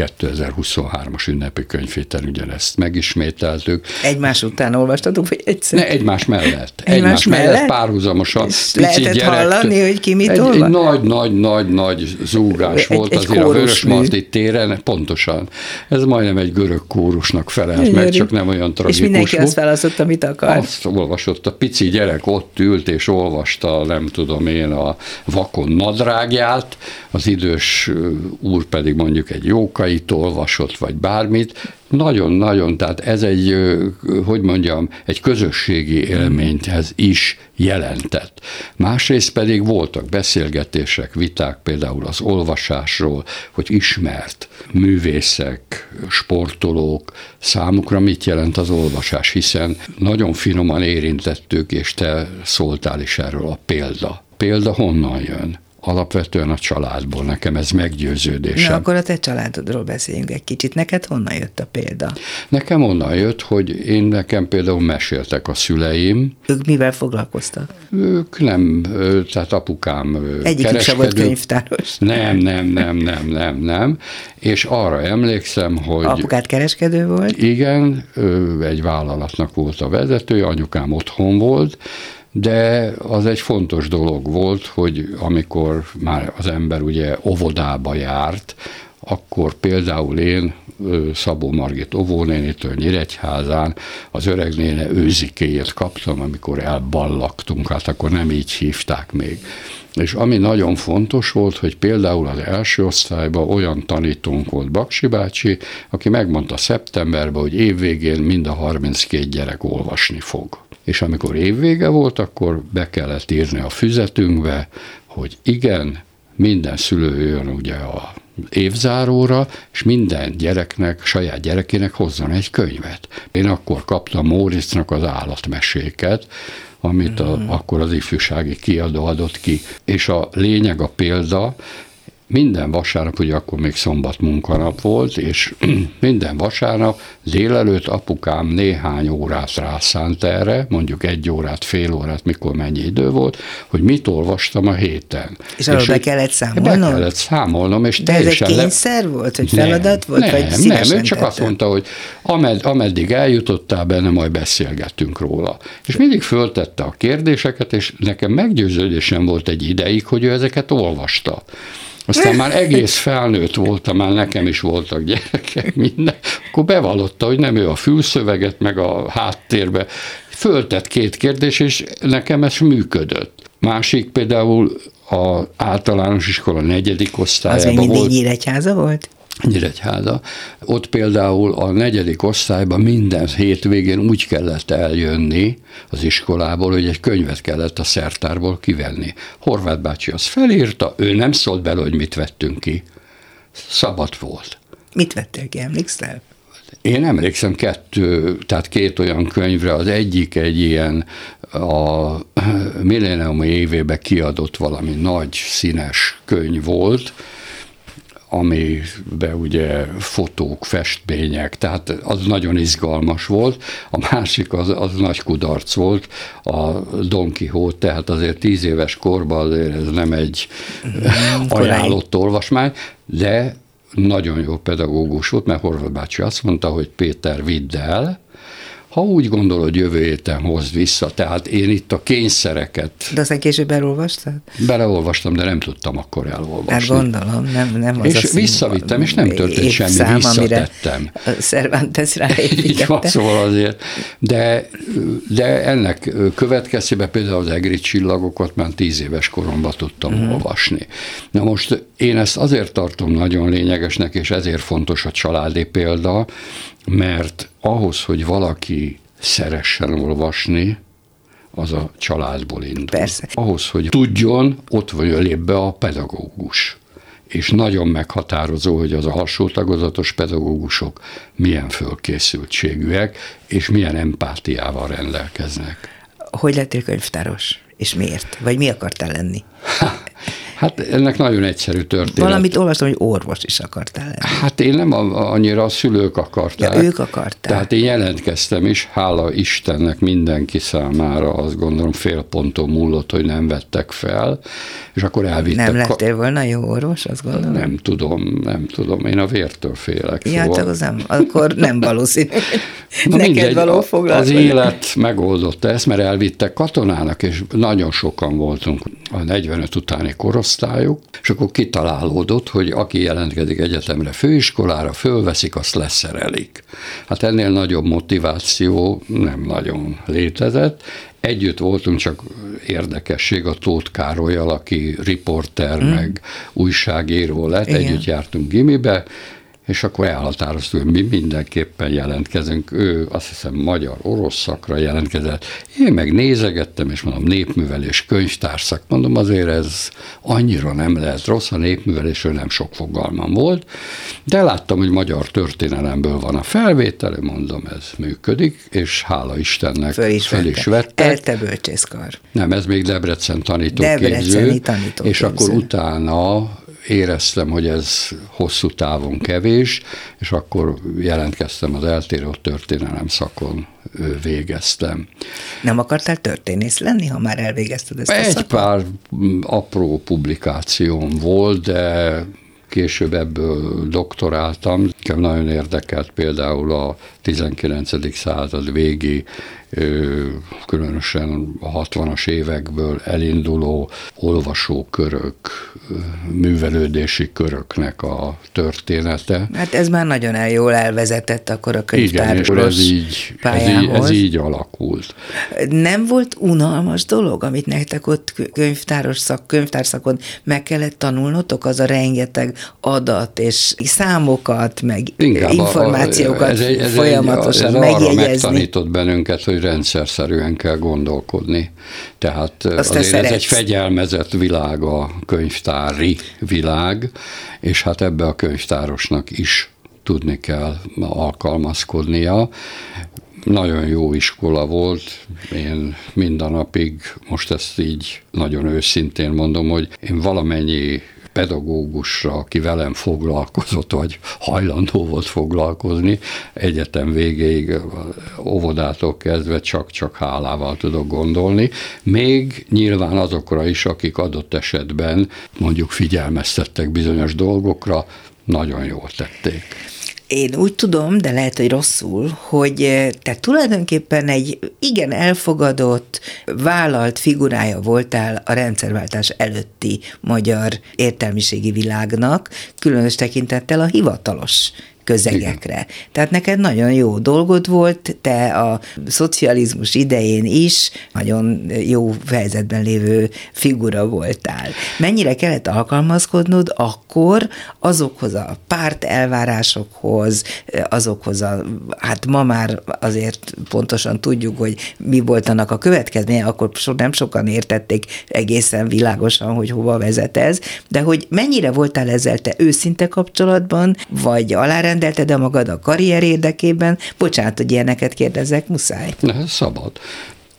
2023-as ünnepi könyvhéten ugyanezt megismételtük. Egymás után olvastatok, vagy egyszer? Ne, egymás mellett. Egymás mellett párhuzamosan. És lehetett hallani, hogy ki mit olvas? Nagy zúgás volt azért a Vörösmarty téren, pontosan. Ez majdnem egy görög kórusnak felelt meg, csak nem olyan tragikus. És mindenki azt választott, amit akar. Azt olvasott, a pici gyerek ott ült, és olvasta, nem tudom én, a vakon nadrágját, az idős úr pedig mondjuk egy jókait olvasott, vagy bármit. Nagyon-nagyon, tehát ez egy, hogy mondjam, egy közösségi élményhez is jelentett. Másrészt pedig voltak beszélgetések, viták például az olvasásról, hogy ismert művészek, sportolók számukra mit jelent az olvasás, hiszen nagyon finoman érintettük, és te szóltál is erről, a példa. Példa honnan jön? Alapvetően a családból, nekem ez meggyőződésem. Na, akkor a te családodról beszéljünk egy kicsit. Neked honnan jött a példa? Nekem onnan jött, hogy nekem például meséltek a szüleim. Ők mivel foglalkoztak? Ők nem, tehát apukám egyikük sem volt könyvtáros. Nem. És arra emlékszem, hogy... Apukád kereskedő volt? Igen, egy vállalatnak volt a vezetője, anyukám otthon volt, de az egy fontos dolog volt, hogy amikor már az ember ugye óvodába járt, akkor például én Szabó Margit óvónénitől Nyíregyházán az öregnéne őzikéjét kaptam, amikor elballagtunk, hát akkor nem így hívták még. És ami nagyon fontos volt, hogy például az első osztályban olyan tanítónk volt, Baksi bácsi, aki megmondta szeptemberben, hogy évvégén mind a 32 gyerek olvasni fog. És amikor évvége volt, akkor be kellett írni a füzetünkbe, hogy igen, minden szülő jön ugye a évzáróra, és minden gyereknek, saját gyerekének hozzon egy könyvet. Én akkor kaptam Móricznak az állatmeséket, amit akkor az ifjúsági kiadó adott ki. És a lényeg, a példa, minden vasárnap, ugye akkor még szombat munkanap volt, és minden vasárnap délelőtt apukám néhány órát rászánt erre, mondjuk 1 órát, fél órát, mikor mennyi idő volt, hogy mit olvastam a héten. És arról be kellett számolnom? Be kellett számolnom, és de teljesen... ez egy kényszer volt, hogy feladat volt, vagy szívesen Nem, ő csak azt mondta, hogy ameddig eljutottál benne, majd beszélgettünk róla. És mindig föltette a kérdéseket, és nekem meggyőződésem volt egy ideig, hogy ő ezeket olvasta. Aztán már egész felnőtt voltam, már nekem is voltak gyerekek, minden. Akkor bevallotta, hogy nem ő a fülszöveget, meg a háttérbe. Föltett 2 kérdés, és nekem ez működött. Másik például az általános iskola 4. osztályában volt. Az még mindig Nyíregyháza volt? Nyíregyháza. Ott például a 4. osztályban minden hétvégén úgy kellett eljönni az iskolából, hogy egy könyvet kellett a szertárból kivenni. Horváth bácsi azt felírta, ő nem szólt bele, hogy mit vettünk ki. Szabad volt. Mit vettél ki, emlékszel? Én emlékszem 2 olyan könyvre, az egyik egy ilyen a milléniumi évében kiadott valami nagy színes könyv volt, amiben ugye fotók, festmények, tehát az nagyon izgalmas volt. A másik az nagy kudarc volt, a Don Quixote, tehát azért 10 éves korban azért ez nem egy ajánlott olvasmány, de nagyon jó pedagógus volt, mert Horváth bácsi azt mondta, hogy Péter, vidd el, ha úgy gondolod, jövő héten hozd vissza, tehát én itt a kényszereket... De aztán később elolvastad? Beleolvastam, de nem tudtam akkor elolvasni. Hát gondolom, nem az és a visszavittem, és nem történt semmi, visszatettem. Cervantes ráépítette. Így van, szóval azért. De ennek következtében például az Egri csillagokat már 10 éves koromban tudtam olvasni. Na most én ezt azért tartom nagyon lényegesnek, és ezért fontos a családi példa, mert ahhoz, hogy valaki szeressen olvasni, az a családból indul. Persze. Ahhoz, hogy tudjon, ott vagy lép be a pedagógus. És nagyon meghatározó, hogy az a alsó tagozatos pedagógusok milyen fölkészültségűek, és milyen empátiával rendelkeznek. Hogy lettél könyvtáros? És miért? Vagy mi akartál lenni? Hát ennek nagyon egyszerű történet. Valamit olvastam, hogy orvos is akartál lenni. Hát én nem annyira, a szülők akarták. Ja, ők akarták. Tehát én jelentkeztem is, hála Istennek mindenki számára, azt gondolom fél ponton múlott, hogy nem vettek fel, és akkor elvittek. Nem lettél volna jó orvos, azt gondolom? Nem tudom, én a vértől félek. Ja, szóval. akkor nem valószínű. Neked mindegy, való foglalkozni. Az élet megoldotta ezt, mert elvittek katonának, és nagyon sokan voltunk a 45 utáni korosztályuk, és akkor kitalálódott, hogy aki jelentkezik egyetemre, főiskolára, fölveszik, azt leszerelik. Hát ennél nagyobb motiváció nem nagyon létezett. Együtt voltunk, csak érdekesség a Tóth Károllyal, aki riporter, meg újságíró lett, igen. Együtt jártunk gimibe, és akkor elhatároztuk, hogy mi mindenképpen jelentkezünk. Ő azt hiszem magyar-orosz szakra jelentkezett. Én meg nézegettem, és mondom, népművelés, könyvtárszak. Mondom, azért ez annyira nem lehet rossz, a népművelésről nem sok fogalmam volt, de láttam, hogy magyar történelemből van a felvétel, mondom, ez működik, és hála Istennek fel is vettek. ELTE bölcsészkar. Nem, ez még Debrecen tanítóképző. És akkor utána éreztem, hogy ez hosszú távon kevés, és akkor jelentkeztem az eltérő történelem szakon, végeztem. Nem akartál történész lenni, ha már elvégezted ezt a szakot? Egy pár apró publikációm volt, de később ebből doktoráltam. Nagyon érdekelt például a 19. század végi, különösen a 60-as évekből elinduló olvasókörök, művelődési köröknek a története. Hát ez már nagyon jól elvezetett akkor a könyvtáros pályához. Ez így alakult. Nem volt unalmas dolog, amit nektek ott könyvtárszakon meg kellett tanulnotok, az a rengeteg adat és számokat, meg inkább információkat folyamatosan megjegyezni? Megtanított bennünket, hogy rendszerszerűen kell gondolkodni. Tehát azért ez egy fegyelmezett világ, a könyvtári világ, és hát ebbe a könyvtárosnak is tudni kell alkalmazkodnia. Nagyon jó iskola volt, én minden napig, most ezt így nagyon őszintén mondom, hogy én valamennyi pedagógusra, aki velem foglalkozott, vagy hajlandó volt foglalkozni, egyetem végéig, óvodától kezdve csak hálával tudok gondolni. Még nyilván azokra is, akik adott esetben mondjuk figyelmeztettek bizonyos dolgokra, nagyon jól tették. Én úgy tudom, de lehet, hogy rosszul, hogy te tulajdonképpen egy igen elfogadott, vállalt figurája voltál a rendszerváltás előtti magyar értelmiségi világnak, különös tekintettel a hivatalos közegekre. Igen. Tehát neked nagyon jó dolgod volt, te a szocializmus idején is nagyon jó helyzetben lévő figura voltál. Mennyire kellett alkalmazkodnod akkor azokhoz a párt elvárásokhoz, azokhoz hát ma már azért pontosan tudjuk, hogy mi volt annak a következménye, akkor nem sokan értették egészen világosan, hogy hova vezet ez, de hogy mennyire voltál ezzel te őszinte kapcsolatban, vagy alárendelted magad a karrier érdekében? Bocsánat, hogy ilyeneket kérdezek, muszáj. Szabad.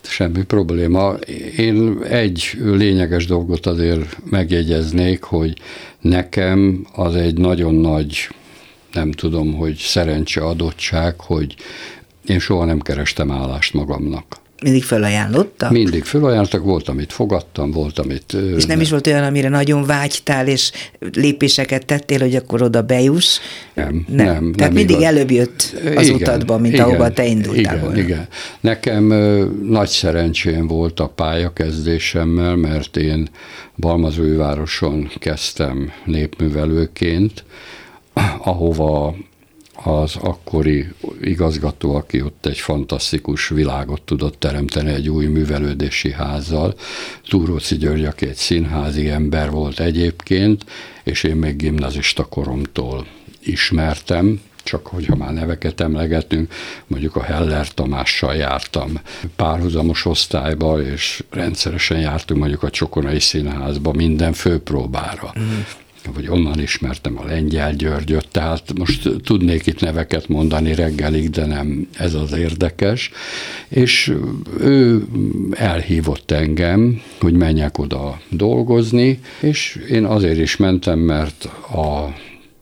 semmi probléma. Én egy lényeges dolgot azért megjegyeznék, hogy nekem az egy nagyon nagy, nem tudom, hogy szerencse adottság, hogy én soha nem kerestem állást magamnak. Mindig felajánlottak? Mindig felajánlottak, volt, amit fogadtam, volt, amit... És nem is volt olyan, amire nagyon vágytál, és lépéseket tettél, hogy akkor oda bejuss? Nem. Tehát mindig igaz. Előbb jött az igen, utadban, mint ahova te indultál volna. Igen. Nekem nagy szerencsém volt a pályakezdésemmel, mert én Balmazújvároson kezdtem népművelőként, ahova az akkori igazgató, aki ott egy fantasztikus világot tudott teremteni egy új művelődési házzal. Túróczi György, aki egy színházi ember volt egyébként, és én még gimnazista koromtól ismertem, csak hogyha már neveket emlegetünk, mondjuk a Heller Tamással jártam párhuzamos osztályba, és rendszeresen jártunk mondjuk a Csokonai Színházba minden főpróbára. Vagy onnan ismertem a Lengyel Györgyöt, tehát most tudnék itt neveket mondani reggelig, de nem ez az érdekes. És ő elhívott engem, hogy menjek oda dolgozni, és én azért is mentem, mert a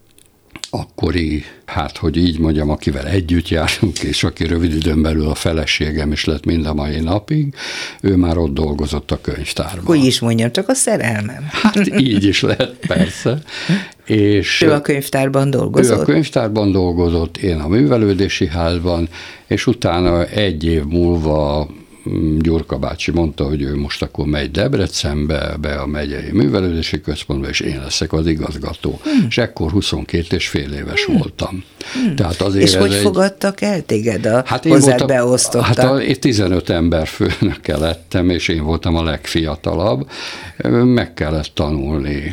akkori, hogy így mondjam, akivel együtt járunk, és aki rövid időn belül a feleségem is lett mind a mai napig, ő már ott dolgozott a könyvtárban. Hogy is mondjam, csak a szerelmem. Hát így is lehet, persze. És ő a könyvtárban dolgozott? Ő a könyvtárban dolgozott, én a művelődési házban, és utána egy év múlva Gyurka bácsi mondta, hogy ő most akkor megy Debrecenbe, be a megyei művelődési központba, és én leszek az igazgató. És ekkor 22,5 éves voltam. Tehát azért és hogy fogadtak el téged a hozzád beosztottak? Hát én 15 ember főnöke lettem, és én voltam a legfiatalabb. Meg kellett tanulni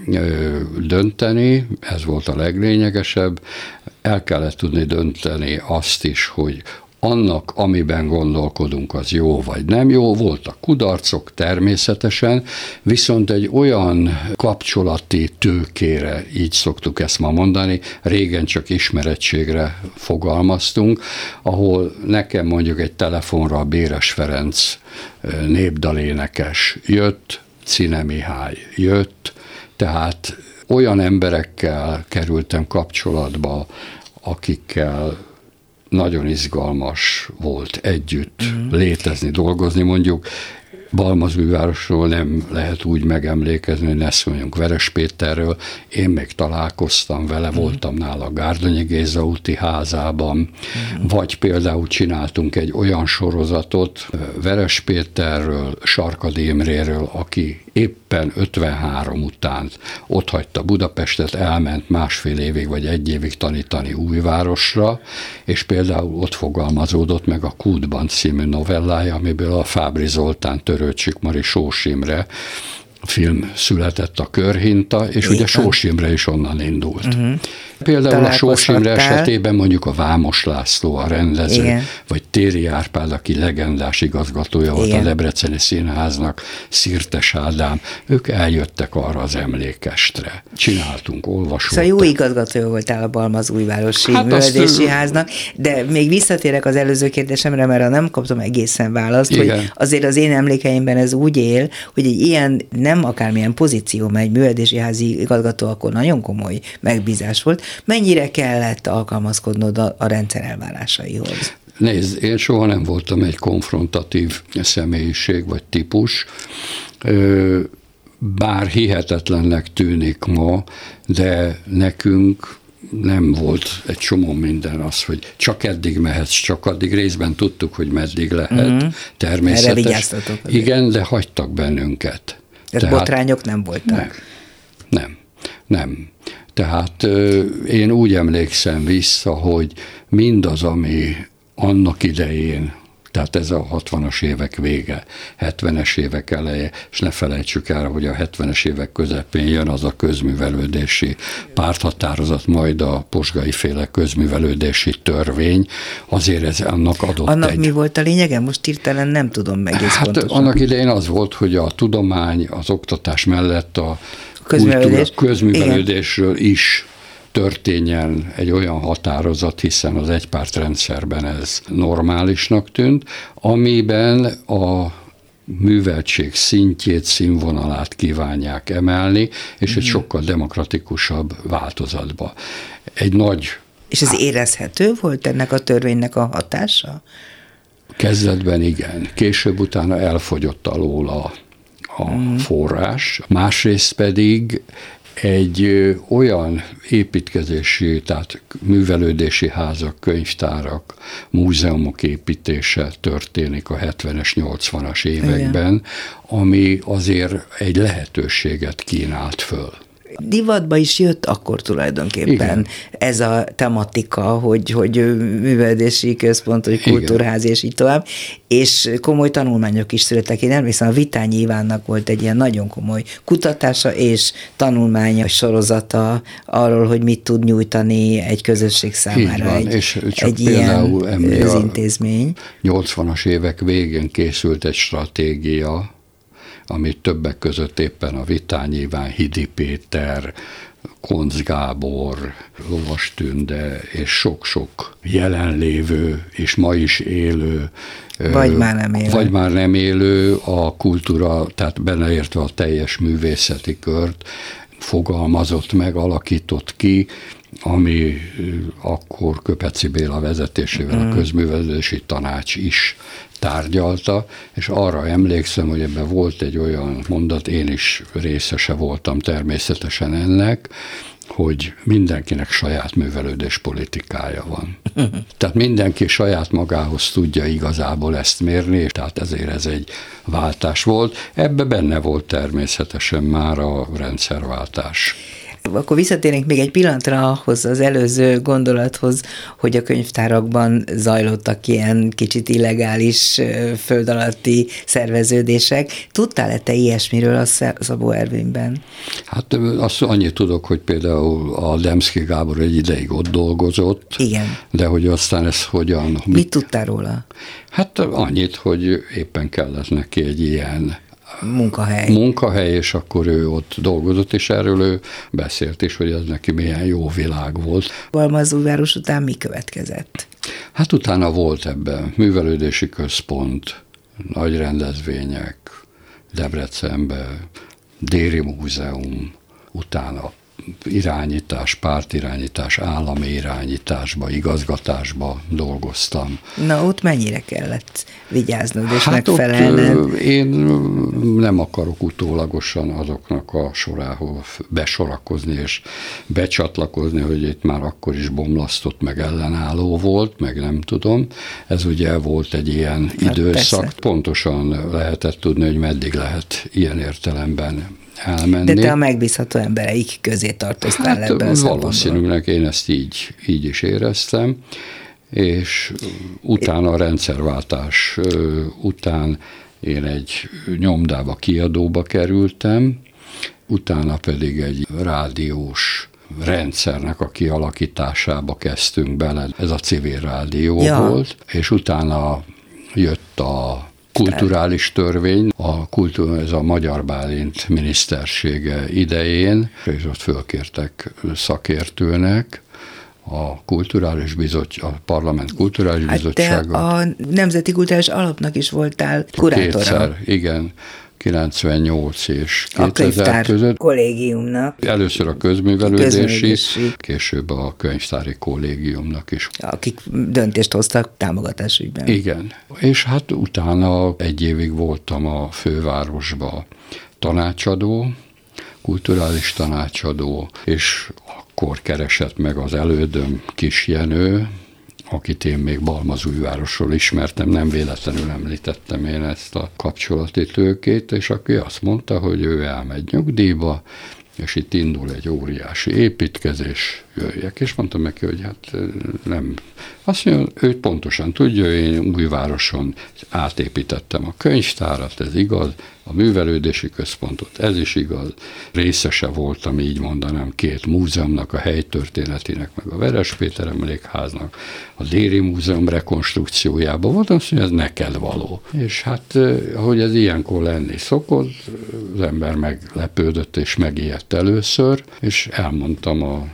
dönteni, ez volt a leglényegesebb. El kellett tudni dönteni azt is, hogy annak, amiben gondolkodunk, az jó vagy nem jó, voltak kudarcok természetesen, viszont egy olyan kapcsolati tőkére, így szoktuk ezt ma mondani, régen csak ismerettségre fogalmaztunk, ahol nekem mondjuk egy telefonra Béres Ferenc népdalénekes jött, Czine Mihály jött, tehát olyan emberekkel kerültem kapcsolatba, akikkel nagyon izgalmas volt együtt létezni, dolgozni. Mondjuk Balmazújvárosról nem lehet úgy megemlékezni, hogy ne szóljunk Veres Péterről. Én még találkoztam vele, voltam nála Gárdonyi Géza úti házában, vagy például csináltunk egy olyan sorozatot Veres Péterről, Sarkady Imréről, aki éppen 53 után otthagyta Budapestet, elment 1,5 évig vagy 1 évig tanítani Újvárosra, és például ott fogalmazódott meg a Kútban című novellája, amiből a Fábry Zoltán, Törőcsik Mari, Sós Imre film született, a Körhinta, és ugye Sós Imre is onnan indult. Például a Sós Imre esetében mondjuk a Vámos László, a rendező, igen, vagy Téri Árpád, aki legendás igazgatója volt a Debreceni Színháznak, Szirtes Ádám, ők eljöttek arra az emlékestre. Csináltunk olvasót. Szóval jó igazgatója voltál a Balmazújvárosi Művelődési Háznak, de még visszatérek az előző kérdésemre, mert nem kaptam egészen választ, igen, hogy azért az én emlékeimben ez úgy él, hogy egy ilyen nem akármilyen pozíció, mert egy művelődési házi igazgató akkor nagyon komoly megbízás volt. Mennyire kellett alkalmazkodnod a rendszer elvárásaihoz? Nézd, én soha nem voltam egy konfrontatív személyiség vagy típus, bár hihetetlennek tűnik ma, de nekünk nem volt egy csomó minden az, hogy csak eddig mehetsz, csak addig, részben tudtuk, hogy meddig lehet, természetes. Erre vigyáztatok. Igen, de hagytak bennünket. Tehát botrányok nem voltak? Nem. Tehát én úgy emlékszem vissza, hogy mindaz, ami annak idején, tehát ez a 60-as évek vége, 70-es évek eleje, és ne felejtsük el, hogy a 70-es évek közepén jön az a közművelődési párthatározat, majd a Posgai féle közművelődési törvény, azért ez annak adott annak mi volt a lényege? Most hirtelen nem tudom meg egész pontosan. Annak idején az volt, hogy a tudomány, az oktatás mellett a közművelődésről is történjen egy olyan határozat, hiszen az egypártrendszerben ez normálisnak tűnt, amiben a műveltség szintjét, színvonalát kívánják emelni, és egy sokkal demokratikusabb változatba. Egy nagy... És ez érezhető volt ennek a törvénynek a hatása? Kezdetben igen. Később utána elfogyott alól a forrás. Másrészt pedig egy olyan építkezési, tehát művelődési házak, könyvtárak, múzeumok építése történik a 70-es, 80-as években, ami azért egy lehetőséget kínált föl. Divatba is jött akkor tulajdonképpen ez a tematika, hogy művelődési központ, hogy kultúrház és így tovább, és komoly tanulmányok is születtek. Én emlékszem, a Vitányi Ivánnak volt egy ilyen nagyon komoly kutatása és tanulmánya sorozata arról, hogy mit tud nyújtani egy közösség számára egy ilyen intézmény. 80-as évek végén készült egy stratégia, amit többek között éppen a Vitányi Iván, Hidi Péter, Koncz Gábor, Lovas Tünde és sok-sok jelenlévő és ma is élő, vagy már nem élő a kultúra, tehát beleértve a teljes művészeti kört fogalmazott meg, alakított ki, ami akkor Köpeci Béla vezetésével a Közművelődési Tanács is tárgyalta, és arra emlékszem, hogy ebben volt egy olyan mondat, én is részese voltam természetesen ennek, hogy mindenkinek saját művelődés politikája van. Tehát mindenki saját magához tudja igazából ezt mérni, tehát ezért ez egy váltás volt. Ebbe benne volt természetesen már a rendszerváltás. Akkor visszatérnénk még egy pillanatra ahhoz az előző gondolathoz, hogy a könyvtárakban zajlottak ilyen kicsit illegális föld alatti szerveződések. Tudtál-e te ilyesmiről a Szabó Ervényben? Hát azt annyit tudok, hogy például a Demszky Gábor egy ideig ott dolgozott. Igen. De hogy aztán ez hogyan... Mit tudtál róla? Hát annyit, hogy éppen kellett neki egy ilyen munkahely, és akkor ő ott dolgozott, és erről ő beszélt is, hogy ez neki milyen jó világ volt. Balmazújváros után mi következett? Hát utána volt ebben művelődési központ, nagy rendezvények, Debrecenben, Déri Múzeum, utána pártirányítás, állami irányításba, igazgatásba dolgoztam. Na, ott mennyire kellett vigyáznod és megfelelned? Én nem akarok utólagosan azoknak a sorához besorakozni és becsatlakozni, hogy itt már akkor is bomlasztott, meg ellenálló volt, meg nem tudom. Ez ugye volt egy ilyen időszak. Persze. Pontosan lehetett tudni, hogy meddig lehet ilyen értelemben elmenni. De te a megbízható embereik közé tartoztál ebben a valószínűleg én ezt így is éreztem, és utána a rendszerváltás után én egy nyomdába, kiadóba kerültem, utána pedig egy rádiós rendszernek a kialakításába kezdtünk bele. Ez a civil rádió volt, és utána jött a kulturális törvény, ez a Magyar Bálint minisztersége idején, és ott fölkértek szakértőnek, a Parlament Kulturális Bizottsága. Te a Nemzeti Kulturális Alapnak is voltál kurátora. Kétszer, igen. 98 és 2000 között. Kollégiumnak. Először a közművelődési, később a könyvtári kollégiumnak is. Akik döntést hoztak támogatásügyben. Igen, és hát utána egy évig voltam a fővárosba tanácsadó, kulturális tanácsadó, és akkor keresett meg az elődöm, Kis Jenő, akit én még Balmazújvárosról ismertem, nem véletlenül említettem én ezt a kapcsolati tőkét, és aki azt mondta, hogy ő elmegy nyugdíjba, és itt indul egy óriási építkezés, jöjjek, és mondtam neki, hogy hát nem. Azt mondja, ő pontosan tudja, én Újvároson átépítettem a könyvtárat, ez igaz, a művelődési központot, ez is igaz. Részese voltam, így mondanám, 2 múzeumnak, a helytörténetinek, meg a Veres Péter Emlékháznak, a Déri Múzeum rekonstrukciójában voltam, azt mondja, ez neked való. És hát, ahogy ez ilyenkor lenni szokott, az ember meglepődött és megijedt először, és elmondtam a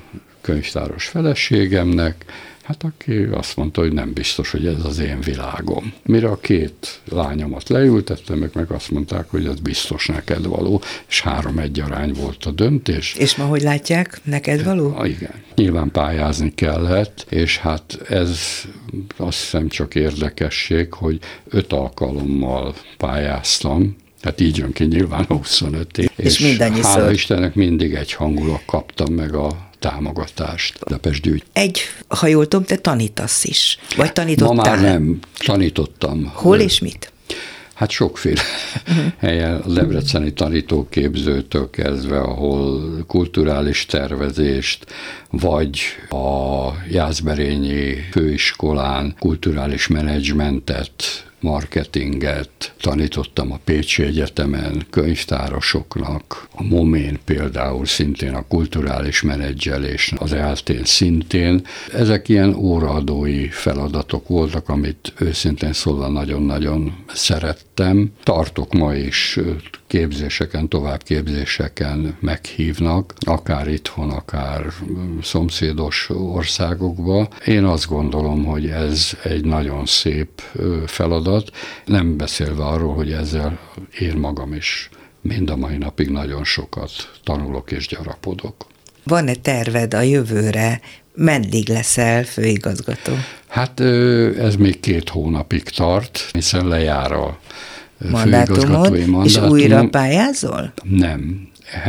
könyvtáros feleségemnek, hát aki azt mondta, hogy nem biztos, hogy ez az én világom. Mire a két lányomat leültettem, meg azt mondták, hogy ez biztos neked való, és 3-1 arány volt a döntés. És ma hogy látják, neked való? Igen. Nyilván pályázni kellett, és hát ez azt hiszem csak érdekesség, hogy 5 alkalommal pályáztam, tehát így jön ki nyilván 25 év. És mindannyiszor. Hála Istennek mindig egyhangulag kaptam meg a támogatást. Budapest Gyűjt. Ha jól tudom, te tanítasz is. Vagy tanítottál? Ma már nem. Tanítottam. Hol és mit? Hát sokféle helyen, a debreceni tanítóképzőtől kezdve, ahol kulturális tervezést, vagy a Jászberényi főiskolán kulturális menedzsmentet, marketinget tanítottam a Pécsi Egyetemen könyvtárosoknak, a MOMÉN például szintén a kulturális menedzselés, az ELTÉN szintén. Ezek ilyen óraadói feladatok voltak, amit őszintén szólva nagyon-nagyon szerettem. Tartok ma is képzéseken, továbbképzéseken meghívnak, akár itthon, akár szomszédos országokba. Én azt gondolom, hogy ez egy nagyon szép feladat, nem beszélve arról, hogy ezzel én magam is mind a mai napig nagyon sokat tanulok és gyarapodok. Van-e terved a jövőre? Meddig leszel főigazgató? Hát ez még 2 hónapig tart, hiszen lejár a főigazgatói mandátumom. És újra pályázol? Nem.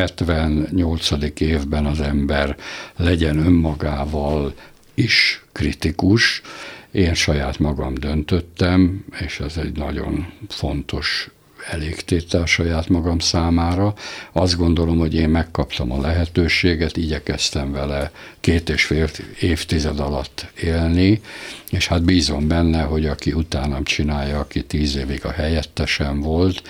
78. évben az ember legyen önmagával is kritikus. Én saját magam döntöttem, és ez egy nagyon fontos elégtétel saját magam számára. Azt gondolom, hogy én megkaptam a lehetőséget, igyekeztem vele 2,5 évtized alatt élni, és hát bízom benne, hogy aki utánam csinálja, aki 10 évig a helyettesem volt,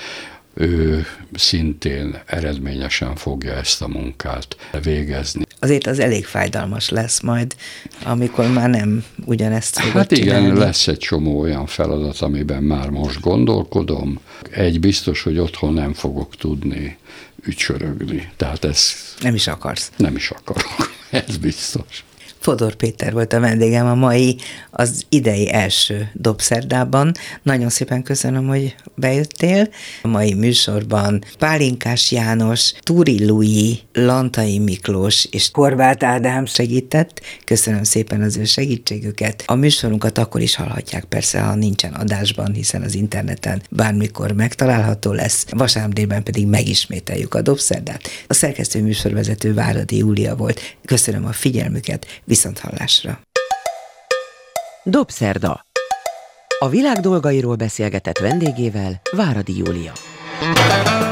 ő szintén eredményesen fogja ezt a munkát végezni. Azért az elég fájdalmas lesz majd, amikor már nem ugyanezt fogod csinálni. Igen, lesz egy csomó olyan feladat, amiben már most gondolkodom. Egy biztos, hogy otthon nem fogok tudni ücsörögni. Tehát ez... Nem is akarsz. Nem is akarok, ez biztos. Fodor Péter volt a vendégem a mai, az idei első Dobszerdában. Nagyon szépen köszönöm, hogy bejöttél. A mai műsorban Pálinkás János, Túri Lui, Lantai Miklós és Horváth Ádám segített. Köszönöm szépen az ő segítségüket. A műsorunkat akkor is hallhatják persze, ha nincsen adásban, hiszen az interneten bármikor megtalálható lesz. Vasárnap délben pedig megismételjük a Dobszerdát. A szerkesztő műsorvezető Váradi Júlia volt. Köszönöm a figyelmüket. Viszonthallásra. Dobszerda. A világ dolgairól beszélgetett vendégével Váradi Júlia.